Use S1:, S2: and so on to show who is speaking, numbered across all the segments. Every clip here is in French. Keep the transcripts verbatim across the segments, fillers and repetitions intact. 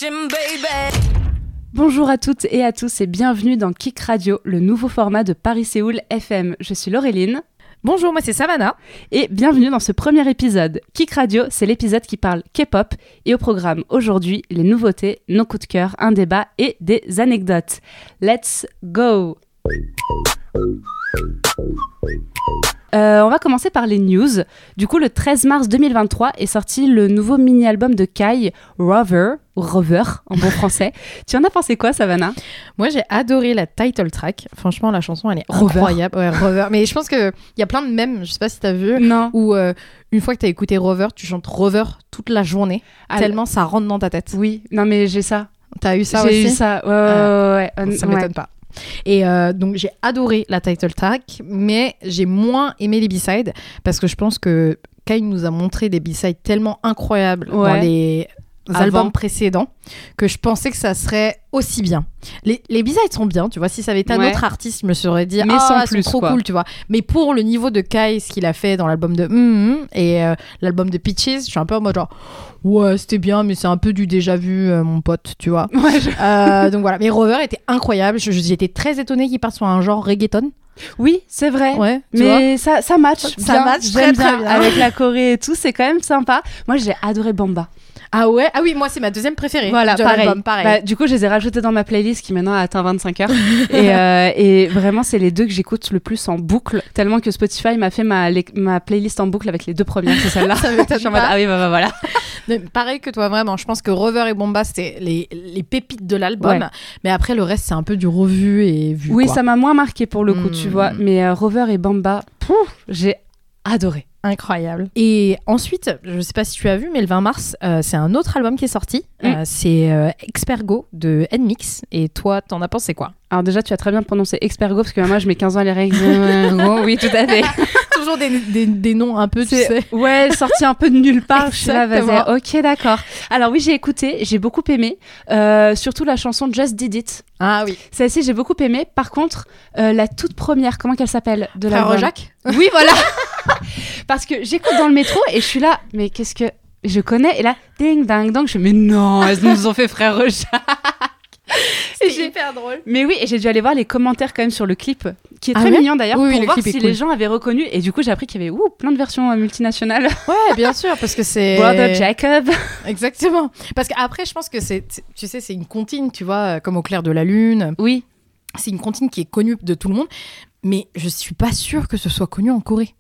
S1: attention, baby.
S2: Bonjour à toutes et à tous et bienvenue dans Kick Radio, le nouveau format de Paris-Séoul F M. Je suis Laureline.
S3: Bonjour, moi c'est Savannah.
S2: Et bienvenue dans ce premier épisode. Kick Radio, c'est l'épisode qui parle K-pop. Et au programme aujourd'hui, les nouveautés, nos coups de cœur, un débat et des anecdotes. Let's go! Euh, on va commencer par les news. Du coup, le treize mars deux mille vingt-trois est sorti le nouveau mini-album de Kai, Rover, ou Rover en bon français. Tu en as pensé quoi, Savannah ?
S3: Moi, j'ai adoré la title track. Franchement, la chanson, elle est
S2: Rover.
S3: incroyable. Ouais, Rover. Mais je pense qu'il y a plein de mèmes, je sais pas si t'as vu,
S2: Non.
S3: où euh, une fois que t'as écouté Rover, tu chantes Rover toute la journée,
S2: Ah,
S3: tellement ça rentre dans ta tête.
S2: Oui, non mais j'ai ça.
S3: T'as eu ça
S2: j'ai
S3: aussi
S2: eu ça, ouais,
S3: Euh,
S2: ouais, ouais, ouais.
S3: Ça
S2: Ouais.
S3: m'étonne pas. Et euh, donc j'ai adoré la title track, mais j'ai moins aimé les B-sides parce que je pense que Kai nous a montré des B-sides tellement incroyables
S2: Ouais.
S3: dans les
S2: Avant.
S3: albums précédents que je pensais que ça serait aussi bien. Les, les B-sides sont bien, tu vois. Si ça avait été un
S2: Ouais.
S3: autre artiste, je me serais dit
S2: Mais
S3: ah,
S2: sans
S3: elles sont
S2: plus,
S3: trop
S2: quoi.
S3: cool, tu vois. Mais pour le niveau de Kai, ce qu'il a fait dans l'album de mm et euh, l'album de Peaches, je suis un peu en mode genre ouais, c'était bien, mais c'est un peu du déjà vu, euh, mon pote, tu vois.
S2: Ouais, je-
S3: Euh, donc voilà, mais Rover était incroyable. Je- J'étais très étonnée qu'il parte sur un genre reggaeton.
S2: Oui, c'est vrai.
S3: Ouais, tu vois.
S2: Mais ça, ça match
S3: Ça
S2: bien.
S3: match très,
S2: J'aime
S3: très
S2: bien.
S3: bien.
S2: Avec la Corée et tout, c'est quand même sympa. Moi, j'ai adoré Bamba.
S3: Ah ouais, ah oui, moi c'est ma deuxième préférée.
S2: Voilà,
S3: de
S2: pareil.
S3: l'album, pareil.
S2: Bah, du coup, je les ai rajoutés dans ma playlist qui maintenant a atteint vingt-cinq heures. et, euh, et vraiment, c'est les deux que j'écoute le plus en boucle. Tellement que Spotify m'a fait ma, les- ma playlist en boucle avec les deux premières, c'est celle-là.
S3: Ça m'étonne
S2: Je suis en mode,
S3: pas.
S2: ah oui, bah, bah voilà.
S3: Mais pareil que toi, vraiment. Je pense que Rover et Bomba, c'était les, les pépites de l'album.
S2: Ouais.
S3: Mais après, le reste, c'est un peu du revu et vu.
S2: Oui,
S3: quoi.
S2: ça m'a moins marqué pour le coup,
S3: Mm.
S2: tu vois. Mais euh, Rover et Bamba, pouf, j'ai adoré.
S3: Incroyable. Et ensuite, je sais pas si tu as vu, mais le vingt mars, euh, c'est un autre album qui est sorti.
S2: Mm.
S3: Euh, c'est euh, Expergo de Nmix. Et toi, t'en as pensé quoi?
S2: Alors déjà, tu as très bien prononcé Expergo, parce que moi, je mets quinze ans à les règles. Oui, tout à fait.
S3: Toujours des, des, des noms un peu, tu
S2: C'est-
S3: sais.
S2: Ouais, sorti un peu de nulle part. Je suis là, vas-y.
S3: Exactement.
S2: Ok, d'accord. Alors oui, j'ai écouté, j'ai beaucoup aimé. Euh, surtout la chanson Just Did It.
S3: Ah oui.
S2: Celle-ci, j'ai beaucoup aimé. Par contre, euh, la toute première, comment qu'elle s'appelle de
S3: Frère
S2: l'album
S3: Jacques.
S2: Oui, voilà. Parce que j'écoute dans le métro et je suis là, mais qu'est-ce que je connais? Et là, ding, ding, ding, je me mais non, elles nous ont fait Frère Jacques. Et j'ai-
S3: hyper drôle.
S2: Mais oui, et j'ai dû aller voir les commentaires quand même sur le clip, qui est
S3: Ah
S2: très
S3: ouais
S2: mignon d'ailleurs,
S3: Oui, oui,
S2: pour
S3: le
S2: voir
S3: clip est
S2: si
S3: cool.
S2: les gens avaient reconnu. Et du coup, j'ai appris qu'il y avait ouh, plein de versions euh, multinationales.
S3: Ouais, bien sûr, parce que c'est.
S2: Brother Jacob.
S3: Exactement. Parce qu'après, je pense que c'est, c'est- tu sais, c'est une comptine, tu vois, comme au clair de la lune.
S2: Oui.
S3: C'est une comptine qui est connue de tout le monde, mais je suis pas sûre que ce soit connu en Corée.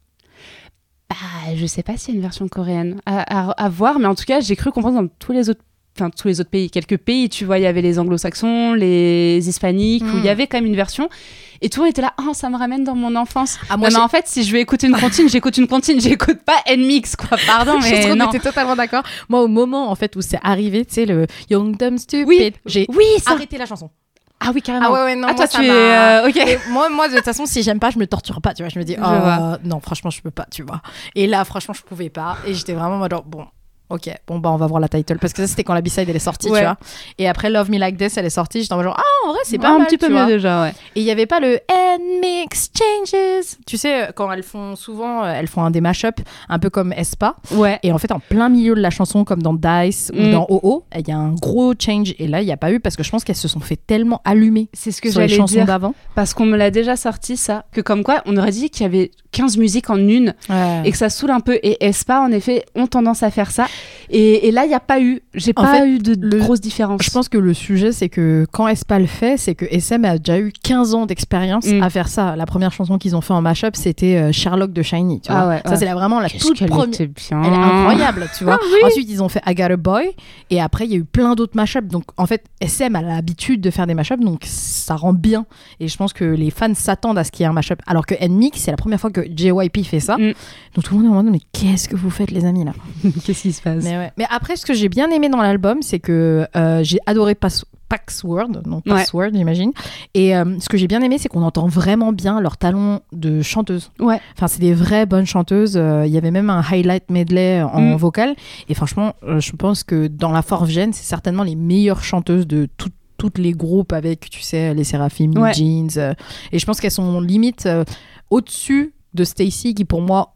S2: Bah, je sais pas s'il y a une version coréenne à, à, à voir, mais en tout cas, j'ai cru comprendre dans tous les autres, enfin tous les autres pays, quelques pays, tu vois, il y avait les anglo-saxons, les hispaniques,
S3: Mm.
S2: où il y avait quand même une version, et tout le monde était là, oh, ça me ramène dans mon enfance.
S3: Ah,
S2: Moi,
S3: moi,
S2: mais en fait, si je veux écouter une comptine, j'écoute une comptine, j'écoute pas Nmix, quoi, pardon,
S3: je
S2: mais non.
S3: suis totalement d'accord. Moi, au moment en fait où c'est arrivé, tu sais, le Young Dumb Stupid,
S2: Oui,
S3: j'ai
S2: oui, ça.
S3: arrêté la chanson.
S2: Ah oui, carrément.
S3: Ah ouais, ouais, non,
S2: Ah,
S3: moi,
S2: toi,
S3: ça
S2: tu es,
S3: m'a-
S2: euh, ok.
S3: Et moi, moi, de toute façon, si j'aime pas, je me torture pas, tu vois. Je me dis,
S2: Je
S3: oh,
S2: vois.
S3: non, franchement, je peux pas, tu vois. Et là, franchement, je pouvais pas. Et j'étais vraiment en mode, genre, bon, ok, bon, bah, on va voir la title. Parce que ça, c'était quand la B-side, elle est sortie,
S2: Ouais.
S3: tu vois. Et après, Love Me Like This, elle est sortie. J'étais en mode, genre, ah, en vrai, c'est pas
S2: un
S3: mal,
S2: petit peu
S3: tu
S2: mieux
S3: vois.
S2: déjà, ouais.
S3: Et il y avait pas le Nmix Changes. Tu sais, quand elles font souvent, euh, elles font un des mash-up, un peu comme Espa.
S2: Ouais.
S3: Et en fait, en plein milieu de la chanson, comme dans Dice ou
S2: Mm.
S3: dans O O, il y a un gros change. Et là, il n'y a pas eu parce que je pense qu'elles se sont fait tellement allumer
S2: C'est ce que
S3: sur les
S2: j'allais
S3: chansons
S2: dire.
S3: d'avant.
S2: Parce qu'on me l'a déjà sorti, ça. Que comme quoi, on aurait dit qu'il y avait quinze musiques en une. Et que ça saoule un peu. Et Espa, en effet, ont tendance à faire ça. Et, et là, il n'y a pas eu. J'ai
S3: En
S2: pas
S3: fait,
S2: eu de
S3: le-
S2: grosses différences.
S3: Je pense que le sujet, c'est que quand Espa le fait, c'est que S M a déjà eu quinze ans d'expérience
S2: Mm.
S3: à faire ça. La première chanson qu'ils ont fait en mashup, c'était euh, Sherlock de Shiny. Tu
S2: Ah
S3: vois.
S2: ouais,
S3: ça,
S2: ouais.
S3: c'est la- vraiment la
S2: Qu'est-ce
S3: toute
S2: qu'elle
S3: première.
S2: était bien.
S3: Elle est incroyable, tu vois.
S2: Ah oui.
S3: Ensuite, ils ont fait I Got a Boy. Et après, il y a eu plein d'autres mashups. Donc, en fait, S M a l'habitude de faire des mashups. Donc, ça rend bien. Et je pense que les fans s'attendent à ce qu'il y ait un mashup. Alors que Nmix, c'est la première fois que J Y P fait ça.
S2: Mm.
S3: Donc, tout le monde est en mode, mais qu'est-ce que vous faites, les amis, là?
S2: Qu'est-ce qui se passe?
S3: Mais, ouais. Mais après, ce que j'ai bien aimé dans l'album, c'est que euh, j'ai adoré Pass- Password, non
S2: Ouais.
S3: Password, j'imagine. Et euh, ce que j'ai bien aimé, c'est qu'on entend vraiment bien leur talent de chanteuse.
S2: Ouais.
S3: Enfin, c'est des vraies bonnes chanteuses. Euh, Il y avait même un highlight medley en
S2: Mm.
S3: vocal. Et franchement, euh, je pense que dans la fourth gen, c'est certainement les meilleures chanteuses de tout, toutes les groupes avec, tu sais, les Seraphim,
S2: Ouais.
S3: New Jeans. euh, et je pense qu'elles sont limite euh, au-dessus de Stacy, qui pour moi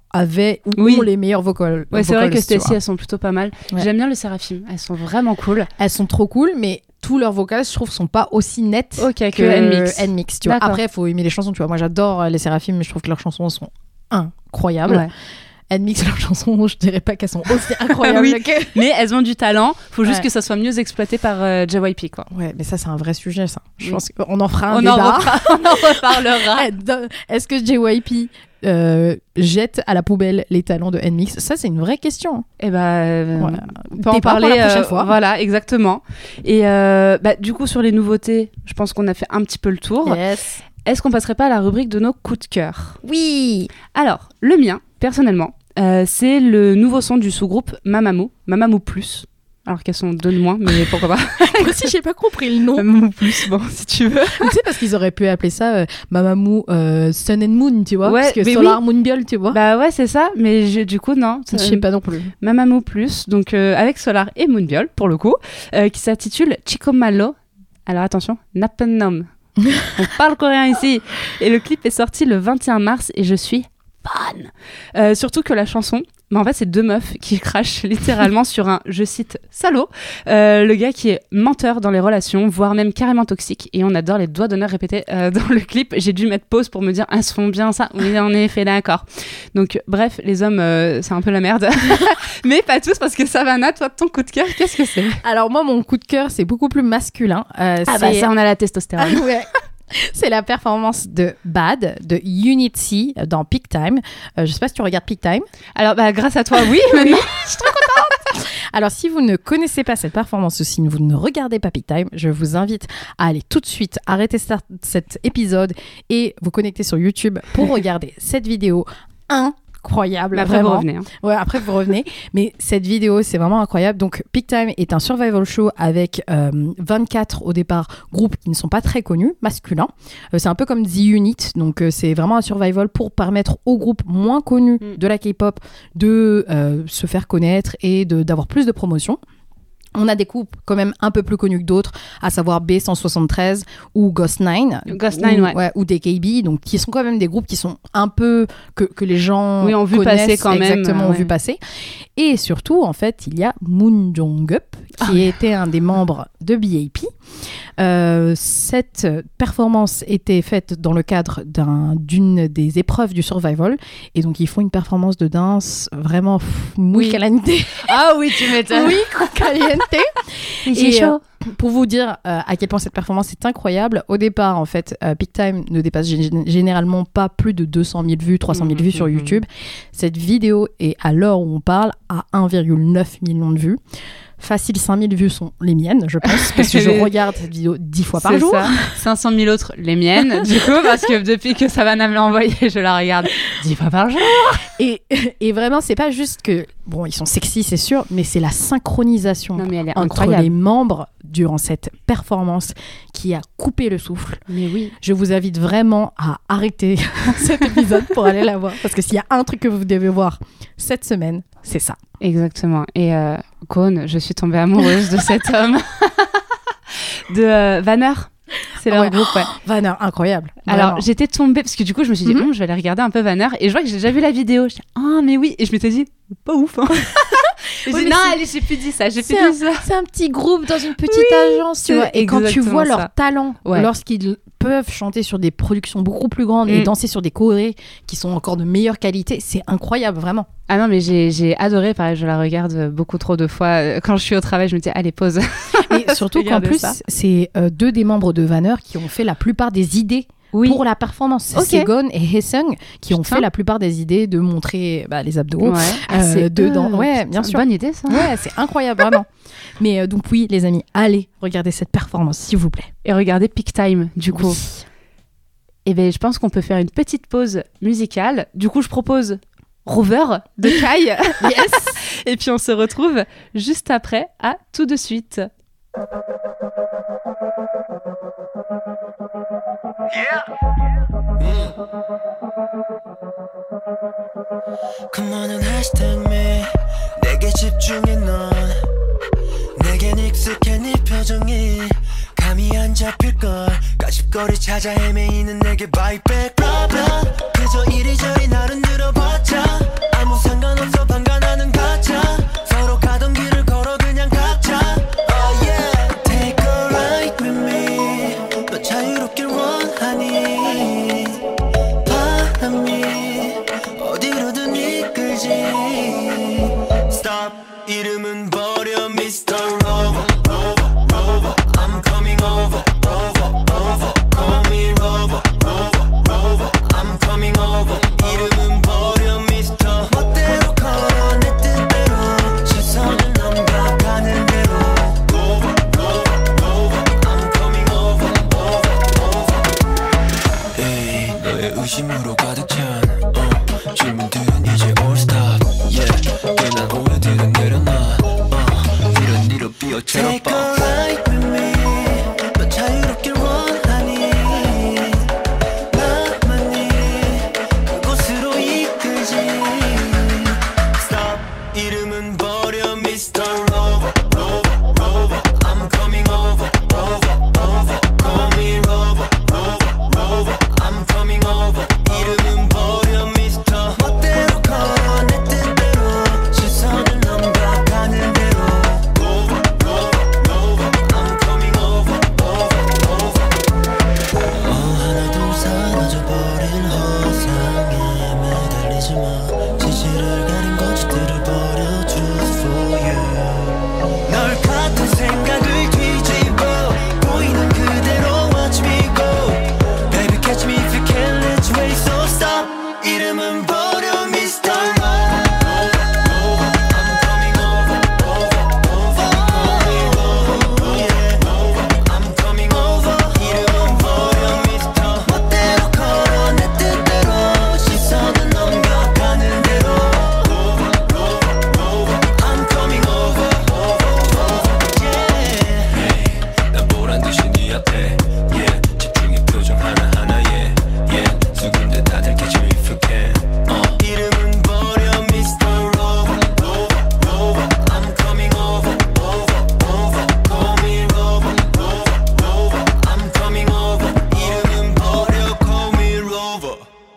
S3: avaient ou
S2: Oui.
S3: ont les meilleurs vocals.
S2: Ouais, c'est vrai que
S3: vocals, tu
S2: Stacy,
S3: vois.
S2: elles sont plutôt pas mal.
S3: Ouais.
S2: J'aime bien le Séraphim, elles sont vraiment cool.
S3: Elles sont trop cool, mais tous leurs vocals, je trouve, sont pas aussi nets
S2: Ok, que
S3: que
S2: N-Mix.
S3: N-Mix, tu vois.
S2: D'accord.
S3: Après, il faut aimer les chansons, tu vois. Moi, j'adore euh, les Séraphim, mais je trouve que leurs chansons sont incroyables.
S2: Ouais.
S3: N-Mix, leurs chansons, je dirais pas qu'elles sont aussi incroyables
S2: Oui.
S3: que...
S2: Mais elles ont du talent, faut juste
S3: Ouais.
S2: que ça soit mieux exploité par euh, J Y P, quoi.
S3: Ouais, mais ça, c'est un vrai sujet, ça. Je
S2: Oui.
S3: pense qu'on en fera un
S2: On en,
S3: débat.
S2: refera- on en reparlera.
S3: Est-ce que J Y P euh, jette à la poubelle les talents de N-Mix? Ça, c'est une vraie question.
S2: Et bah, euh,
S3: Voilà.
S2: on peut en
S3: Débat pour
S2: parler
S3: la prochaine
S2: euh,
S3: fois.
S2: Voilà, exactement. Et euh, bah, du coup, sur les nouveautés, je pense qu'on a fait un petit peu le tour.
S3: Yes.
S2: Est-ce qu'on passerait pas à la rubrique de nos coups de cœur?
S3: Oui.
S2: Alors, le mien, personnellement, euh, c'est le nouveau son du sous-groupe Mamamoo, Mamamoo Plus. Alors qu'elles sont deux de moins, mais pourquoi pas.
S3: Moi aussi, j'ai pas compris le nom.
S2: Mamamoo Plus, bon, si tu veux.
S3: Tu sais, parce qu'ils auraient pu appeler ça euh, Mamamoo euh, Sun and Moon, tu vois.
S2: Ouais,
S3: parce que
S2: mais
S3: Solar Moonbiol, tu vois.
S2: Bah ouais, c'est ça, mais je- du coup, non.
S3: je sais pas non plus.
S2: Mamamoo Plus, donc euh, avec Solar et Moonbiol, pour le coup, euh, qui s'intitule Chico Malo. Alors attention, Napennom. On parle coréen ici. Et le clip est sorti le vingt et un mars et je suis fan. Euh, surtout que la chanson, bah en fait, c'est deux meufs qui crachent littéralement sur un, je cite, salaud. Euh, le gars qui est menteur dans les relations, voire même carrément toxique. Et on adore les doigts d'honneur répétés euh, dans le clip. J'ai dû mettre pause pour me dire, elles se font bien ça. Oui, en effet, d'accord. Donc, bref, les hommes, euh, c'est un peu la merde. Mais pas tous, parce que Savannah, toi, ton coup de cœur, qu'est-ce que c'est?
S3: Alors, moi, mon coup de cœur, c'est beaucoup plus masculin. Euh,
S2: Ah bah
S3: c'est-
S2: ça, on a la testostérone.
S3: Ah ouais. C'est la performance de Bad, de Unity dans Peak Time. Euh, je sais pas si tu regardes Peak Time.
S2: Alors, bah, grâce à toi, oui, maintenant.
S3: Alors, si vous ne connaissez pas cette performance ou si vous ne regardez pas Peak Time, je vous invite à aller tout de suite arrêter sta- cet épisode et vous connecter sur YouTube pour regarder cette vidéo incroyable.
S2: Mais après, vous
S3: vraiment.
S2: revenez. Hein.
S3: Ouais, après vous revenez. Mais cette vidéo, c'est vraiment incroyable. Donc, Peak Time est un survival show avec euh, vingt-quatre au départ groupes qui ne sont pas très connus, masculins. Euh, c'est un peu comme The Unit. Donc, euh, c'est vraiment un survival pour permettre aux groupes moins connus
S2: Mm.
S3: de la K-pop de euh, se faire connaître et de- d'avoir plus de promotion. On a des groupes quand même un peu plus connus que d'autres, à savoir B cent soixante-treize ou Ghost Nine.
S2: Ghost
S3: ou,
S2: Nine, ouais.
S3: Ou D K B, donc qui sont quand même des groupes qui sont un peu que, que les gens
S2: Oui, ont vu
S3: connaissent,
S2: passer quand même,
S3: exactement,
S2: euh,
S3: ont
S2: ouais.
S3: vu passer. Et surtout, en fait, il y a Moon Jong-up qui
S2: Ah.
S3: était un des membres de B A P. Euh, cette performance était faite dans le cadre d'un- d'une des épreuves du survival, et donc ils font une performance de danse vraiment pff, muy
S2: Oui.
S3: caliente.
S2: Ah oui, tu m'étonnes.
S3: Oui, caliente.
S2: j'ai
S3: Et,
S2: chaud.
S3: euh, pour vous dire euh, à quel point cette performance est incroyable, au départ, en fait, euh, Peak Time ne dépasse gé- généralement pas plus de deux cent mille vues, trois cent mille
S2: Mhm,
S3: vues sur
S2: mhm.
S3: YouTube. Cette vidéo est, à l'heure où on parle, à un virgule neuf million de vues. Facile, cinq mille vues sont les miennes, je pense, parce que je regarde cette vidéo dix fois par
S2: C'est
S3: jour.
S2: ça. cinq cent mille autres, les miennes, du coup, parce que depuis que Savannah me l'a envoyé, je la regarde dix fois par jour.
S3: Et, et vraiment, c'est pas juste que, bon, ils sont sexy, c'est sûr, mais c'est la synchronisation
S2: Non, mais elle est
S3: entre
S2: incroyable.
S3: les membres durant cette performance qui a coupé le souffle.
S2: Mais oui.
S3: Je vous invite vraiment à arrêter cet épisode pour aller la voir. Parce que s'il y a un truc que vous devez voir cette semaine, c'est ça.
S2: Exactement. Et euh, Cône, je suis tombée amoureuse de cet homme. de euh, Vanner. C'est leur
S3: Ouais.
S2: groupe, ouais.
S3: Vanner, incroyable.
S2: Alors,
S3: Vraiment.
S2: j'étais tombée, parce que du coup, je me suis dit,
S3: Mhm.
S2: Hum, je vais aller regarder un peu Vanner. Et je vois que j'ai déjà vu la vidéo. Je dis, ah, mais oui. Et je m'étais dit, pas ouf. Hein. Et
S3: Oui,
S2: j'ai dit,
S3: mais
S2: non,
S3: c'est-
S2: allez, j'ai plus dit ça. J'ai plus
S3: c'est un,
S2: dit ça.
S3: c'est un petit groupe dans une petite
S2: Oui,
S3: agence, tu
S2: c'est
S3: vois. Et quand tu
S2: exactement
S3: vois
S2: ça.
S3: leur talent,
S2: Ouais.
S3: lorsqu'ils peuvent chanter sur des productions beaucoup plus grandes et
S2: Mm.
S3: danser sur des chorés qui sont encore de meilleure qualité, c'est incroyable, vraiment.
S2: Ah non, mais j'ai j'ai adoré. Pareil, je la regarde beaucoup trop de fois. Euh, Quand je suis au travail, je me dis, allez, pause.
S3: Et surtout qu'en
S2: Regardez
S3: plus,
S2: ça.
S3: c'est euh, deux des membres de Vanner qui ont fait la plupart des idées
S2: Oui.
S3: pour la performance.
S2: Ok.
S3: C'est Gon et Haesung qui ont
S2: Putain.
S3: fait la plupart des idées de montrer bah, les abdos.
S2: Ouais.
S3: Euh,
S2: c'est
S3: dedans.
S2: eux.
S3: Ouais, bien
S2: Putain,
S3: sûr.
S2: Bonne idée, ça.
S3: Ouais, c'est incroyable, vraiment. Mais euh, donc oui, les amis, allez regarder cette performance, s'il vous plaît.
S2: Et regardez Peak Time, du coup.
S3: Oui.
S2: Et ben, je pense qu'on peut faire une petite pause musicale. Du coup, je propose Rover de Kai.
S3: Yes.
S2: Et puis, on se retrouve juste après. À tout de suite.
S1: Come on and hashtag me 내게 집중해 넌 내겐 익숙해 네 표정이 감이 안 잡힐걸 가십거리 찾아 헤매이는 내게 buy back problem 그저 이리저리 나를 늘어봤자 진심으로 가득 찬 uh, 질문들은 이제 all stop yeah 괜한 오해들은 내려놔 uh, 이런 일로 삐어처럼 Take a ride with me 너 자유롭길 원하니 나만이 그곳으로 이끌지 Stop 이름은 버려 미스터 Rover Rover Rover I'm coming over Rover Rover Call me Rover Rover Rover I'm coming over 이름은 버려 미스터 멋대로 걸어 내 뜻대로 시선을 넘겨 가는 대로 Rover Rover Rover I'm coming over Over Over 어 하나 둘 사라져버린 허상에 매달리지 마 지시를 가린 거짓들을 버려 Just for you 널 같은 생각을 뒤집어 보이는 그대로 watch me go Baby catch me if you can let's race so stop 이름은 버려 미스터 I'm coming over over over call me over yeah over I'm coming over 이름은 버려 미스터 멋대로 걸어 내 뜻대로 시선은 넘겨가는 대로 over over over I'm coming over over over yeah hey 난 보란 듯이 네 앞에 yeah 집중의 표정 하나하나에 yeah 수근데 다들 catch me if you can uh. 이름은 버려 미스터 Rover Rover Rover I'm coming over over over call me Rover Rover Rover I'm coming over 이름은 버려 call me Rover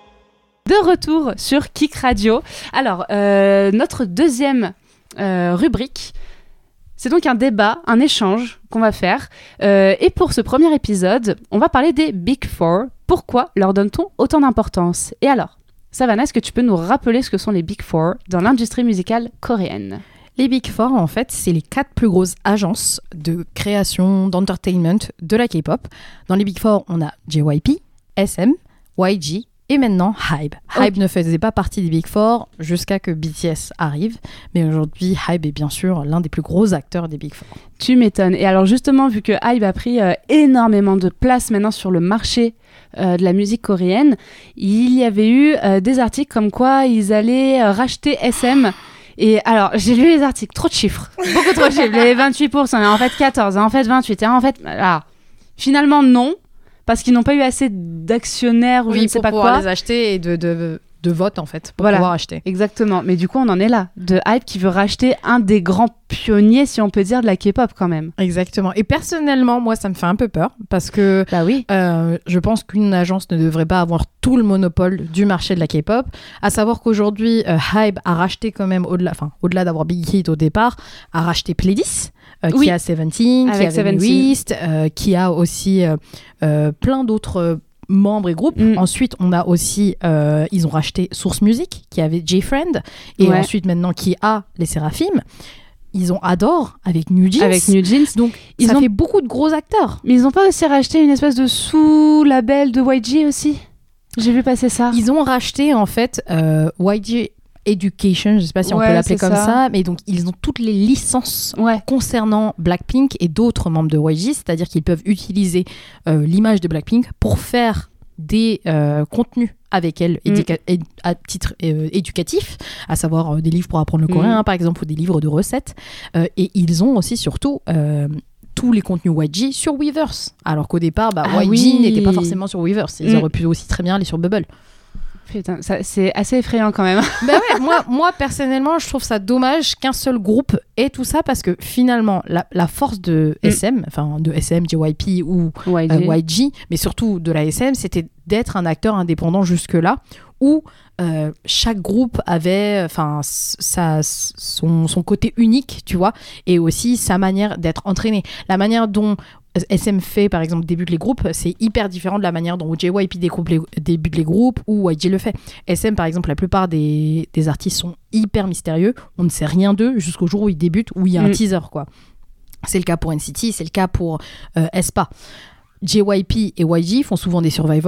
S2: De retour sur Kik Radio. Alors, euh, notre deuxième euh, rubrique, c'est donc un débat, un échange qu'on va faire. Euh, et pour ce premier épisode, on va parler des Big Four. Pourquoi leur donne-t-on autant d'importance ? Et alors, Savannah, est-ce que tu peux nous rappeler ce que sont les Big Four dans l'industrie musicale coréenne ?
S3: Les Big Four, en fait, c'est les quatre plus grosses agences de création, d'entertainment de la K-pop. Dans les Big Four, on a J Y P, S M, Y G et maintenant Hybe. Hybe ne faisait pas partie des Big Four jusqu'à que B T S arrive, mais aujourd'hui, Hybe est bien sûr l'un des plus gros acteurs des Big Four.
S2: Tu m'étonnes. Et alors justement, vu que Hybe a pris euh, énormément de place maintenant sur le marché euh, de la musique coréenne, il y avait eu euh, des articles comme quoi ils allaient euh, racheter S M. Et alors, j'ai lu les articles, trop de chiffres, beaucoup trop de chiffres. Les vingt-huit pour cent, en fait quatorze, en fait vingt-huit, et en fait, alors, finalement non, parce qu'ils n'ont pas eu assez d'actionnaires ou
S3: Oui,
S2: je ne sais
S3: pour
S2: pas
S3: pouvoir
S2: quoi.
S3: les acheter et de, de, de vote en fait, pour
S2: Voilà.
S3: pouvoir acheter.
S2: Exactement, mais du coup on en est là, de Hybe qui veut racheter un des grands pionniers, si on peut dire, de la K-pop quand même.
S3: Exactement. Et personnellement, moi, ça me fait un peu peur parce que
S2: Bah oui.
S3: euh, je pense qu'une agence ne devrait pas avoir tout le monopole du marché de la K-pop. À savoir qu'aujourd'hui, euh, Hybe a racheté quand même, au-delà, enfin, au-delà d'avoir Big Hit au départ, a racheté Pledis, euh,
S2: Oui.
S3: qui a Seventeen, qui
S2: Avec
S3: a
S2: Seventeen.
S3: West, euh, qui a aussi euh, euh, plein d'autres euh, membres et groupes.
S2: Mm.
S3: Ensuite, on a aussi, euh, ils ont racheté Source Music, qui avait J-Friend, et
S2: Ouais.
S3: ensuite maintenant qui a les Seraphim. Ils ont Adore avec New Jeans.
S2: Avec New Jeans.
S3: Donc,
S2: Ils
S3: ça
S2: ont-
S3: fait beaucoup de gros acteurs.
S2: Mais ils n'ont pas aussi racheté une espèce de sous-label de Y G aussi ? J'ai vu passer ça.
S3: Ils ont racheté, en fait, euh, Y G Education, je sais pas si on
S2: Ouais,
S3: peut l'appeler
S2: c'est
S3: comme
S2: ça.
S3: ça. mais donc, ils ont toutes les licences
S2: Ouais.
S3: concernant Blackpink et d'autres membres de Y G, c'est-à-dire qu'ils peuvent utiliser euh, l'image de Blackpink pour faire des euh, contenus avec elle
S2: Mm.
S3: éduca- éd- à titre euh, éducatif, à savoir euh, des livres pour apprendre le coréen,
S2: Mm.
S3: par exemple, ou des livres de recettes. Euh, et ils ont aussi, surtout, euh, tous les contenus Y G sur Weverse. Alors qu'au départ, bah,
S2: Ah
S3: Y G
S2: oui.
S3: n'était pas forcément sur Weverse. Ils
S2: Mm.
S3: auraient pu aussi très bien aller sur Bubble.
S2: Putain, ça, c'est assez effrayant quand même.
S3: Bah ouais, moi, moi, personnellement, je trouve ça dommage qu'un seul groupe ait tout ça parce que finalement, la, la force de
S2: Mm.
S3: S M, enfin de S M, J Y P ou
S2: Y G.
S3: euh, Y G, mais surtout de la S M, c'était d'être un acteur indépendant jusque-là où euh, chaque groupe avait enfin s- sa, son, son côté unique, tu vois, et aussi sa manière d'être entraîné. La manière dont S M fait, par exemple, débute les groupes, c'est hyper différent de la manière dont J Y P découpe les, débute les groupes ou Y G le fait. S M, par exemple, la plupart des, des artistes sont hyper mystérieux. On ne sait rien d'eux jusqu'au jour où ils débutent, où il y a un
S2: Mm.
S3: teaser, quoi. C'est le cas pour N C T, c'est le cas pour euh, aespa. J Y P et Y G font souvent des survival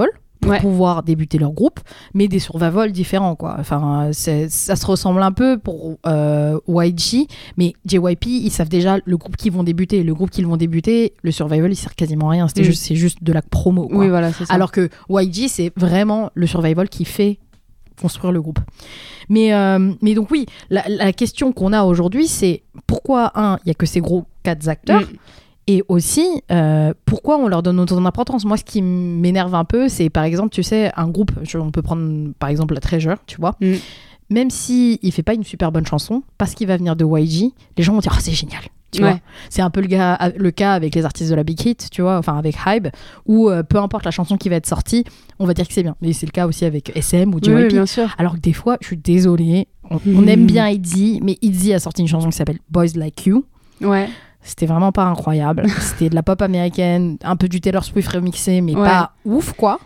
S3: pour
S2: Ouais.
S3: pouvoir débuter leur groupe, mais des survival différents, quoi. Enfin, c'est, ça se ressemble un peu pour euh, Y G, mais J Y P, ils savent déjà le groupe qu'ils vont débuter. Le groupe qu'ils vont débuter, le survival, il sert quasiment à rien. C'était
S2: Mm.
S3: juste, c'est juste de la promo, quoi.
S2: Oui, voilà, c'est ça.
S3: Alors que Y G, c'est vraiment le survival qui fait construire le groupe. Mais, euh, mais donc oui, la, la question qu'on a aujourd'hui, c'est pourquoi, un, il n'y a que ces gros quatre acteurs,
S2: Mm.
S3: et aussi, euh, pourquoi on leur donne autant d'importance. Moi, ce qui m'énerve un peu, c'est par exemple, tu sais, un groupe, je- on peut prendre par exemple la Treasure, tu vois,
S2: Mm.
S3: même s'il ne fait pas une super bonne chanson, parce qu'il va venir de Y G, les gens vont dire « Oh, c'est génial !» Tu
S2: Ouais.
S3: vois, c'est un peu le, gars, le cas avec les artistes de la Big Hit, tu vois, enfin avec Hybe, où euh, peu importe la chanson qui va être sortie, on va dire que c'est bien. Mais c'est le cas aussi avec S M ou J Y P.
S2: Oui, oui, bien sûr.
S3: Alors que des fois, je suis désolée, on, on
S2: Mhm.
S3: aime bien Itzy, mais Itzy a sorti une chanson qui s'appelle Boys Like You.
S2: Ouais.
S3: C'était vraiment pas incroyable. C'était de la pop américaine, un peu du Taylor Swift remixé, mais
S2: Ouais.
S3: pas ouf, quoi.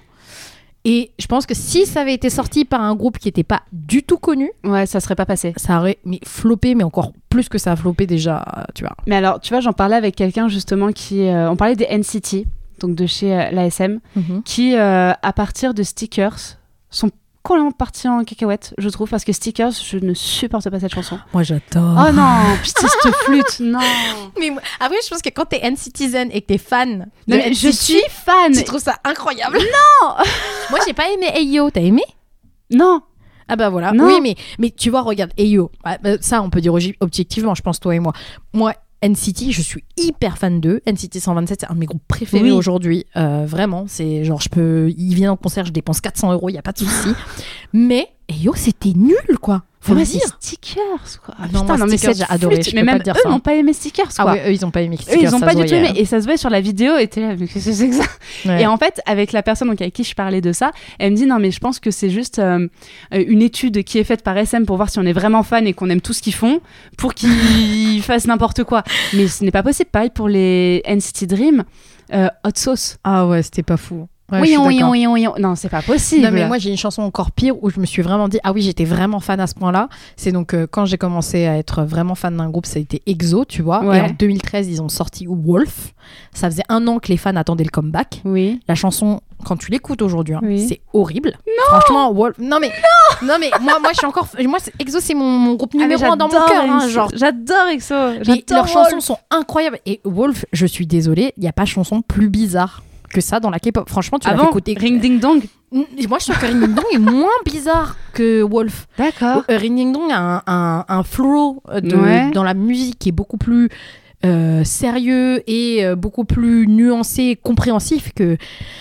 S3: Et je pense que si ça avait été sorti par un groupe qui était pas du tout connu,
S2: Ouais, ça serait pas passé.
S3: ça aurait mais floppé, mais encore plus que ça a floppé déjà, euh, tu vois.
S2: Mais alors, tu vois, j'en parlais avec quelqu'un justement qui. euh, on parlait des N C T, donc de chez euh, l'A S M, qui, euh, à partir de Stickers, sont complètement partis en cacahuète, je trouve, parce que Stickers, je ne supporte pas cette chanson.
S3: Moi, j'adore.
S2: Oh non, putain, cette flûte, non.
S3: Mais moi- après, je pense que quand t'es N-Citizen et que t'es fan de
S2: Non, mais
S3: N C T,
S2: je suis fan.
S3: tu trouves ça incroyable. Non. Moi, j'ai pas aimé Ayo. T'as aimé?
S2: Non.
S3: Ah bah voilà.
S2: Non.
S3: Oui, mais, mais tu vois, regarde, Ayo. Ah, bah, ça, on peut dire obje- objectivement, je pense, toi et moi. Moi, N C T, je suis hyper fan d'eux. N C T cent vingt-sept, c'est un de mes groupes préférés
S2: Oui.
S3: aujourd'hui. Euh, vraiment, c'est genre, je peux. Ils viennent en concert, je dépense quatre cents euros, il y a pas de souci. Mais Ayo, c'était nul, quoi. Faut
S2: Moi,
S3: le
S2: c'est
S3: dire.
S2: Stickers, quoi.
S3: Ah non, moi,
S2: mais
S3: Stickers,
S2: cette
S3: j'ai adoré,
S2: flûte,
S3: je
S2: mais
S3: peux pas
S2: même
S3: te dire
S2: eux
S3: ça.
S2: n'ont pas aimé Stickers,
S3: Ah
S2: quoi.
S3: ouais, eux, ils ont pas aimé
S2: Eux,
S3: Stickers,
S2: ils ont
S3: ça
S2: pas
S3: se
S2: du tout
S3: voyait.
S2: aimé. Et ça se voit sur la vidéo, et t'es là, mais qu'est-ce que c'est que ça?
S3: Ouais.
S2: Et en fait, avec la personne donc, avec qui je parlais de ça, elle me dit non, mais je pense que c'est juste euh, une étude qui est faite par S M pour voir si on est vraiment fan et qu'on aime tout ce qu'ils font, pour qu'ils fassent n'importe quoi. Mais ce n'est pas possible. Pareil pour les N C T Dream, euh, Hot Sauce.
S3: Ah ouais, c'était pas fou. Ouais, je
S2: oui,
S3: suis
S2: oui,
S3: d'accord.
S2: oui, oui, oui. Non, c'est pas possible.
S3: Non mais moi j'ai une chanson encore pire où je me suis vraiment dit ah oui j'étais vraiment fan à ce point-là. C'est donc euh, quand j'ai commencé à être vraiment fan d'un groupe, ça a été EXO, tu vois.
S2: Ouais.
S3: Et en deux mille treize ils ont sorti Wolf. Ça faisait un an que les fans attendaient le comeback.
S2: Oui.
S3: La chanson quand tu l'écoutes aujourd'hui, hein,
S2: Oui.
S3: c'est horrible. Non. Franchement Wolf. Non mais non, non mais moi moi je suis encore moi c'est- EXO c'est mon, mon groupe
S2: Ah, mais
S3: numéro un dans mon
S2: j'adore
S3: cœur. Hein,
S2: EXO.
S3: genre.
S2: J'adore EXO.
S3: Mais
S2: J'adore
S3: leurs chansons
S2: Wolf.
S3: sont incroyables et Wolf, je suis désolée, il y a pas chanson plus bizarre que ça dans la K-pop. Franchement, tu
S2: Ah
S3: l'as
S2: bon
S3: fait écouter.
S2: Ring Ding Dong.
S3: Moi, je trouve que Ring Ding Dong est moins bizarre que Wolf.
S2: D'accord.
S3: Euh, Ring Ding Dong a un, un, un flow de,
S2: Ouais.
S3: dans la musique qui est beaucoup plus euh, sérieux et euh, beaucoup plus nuancé et compréhensif que,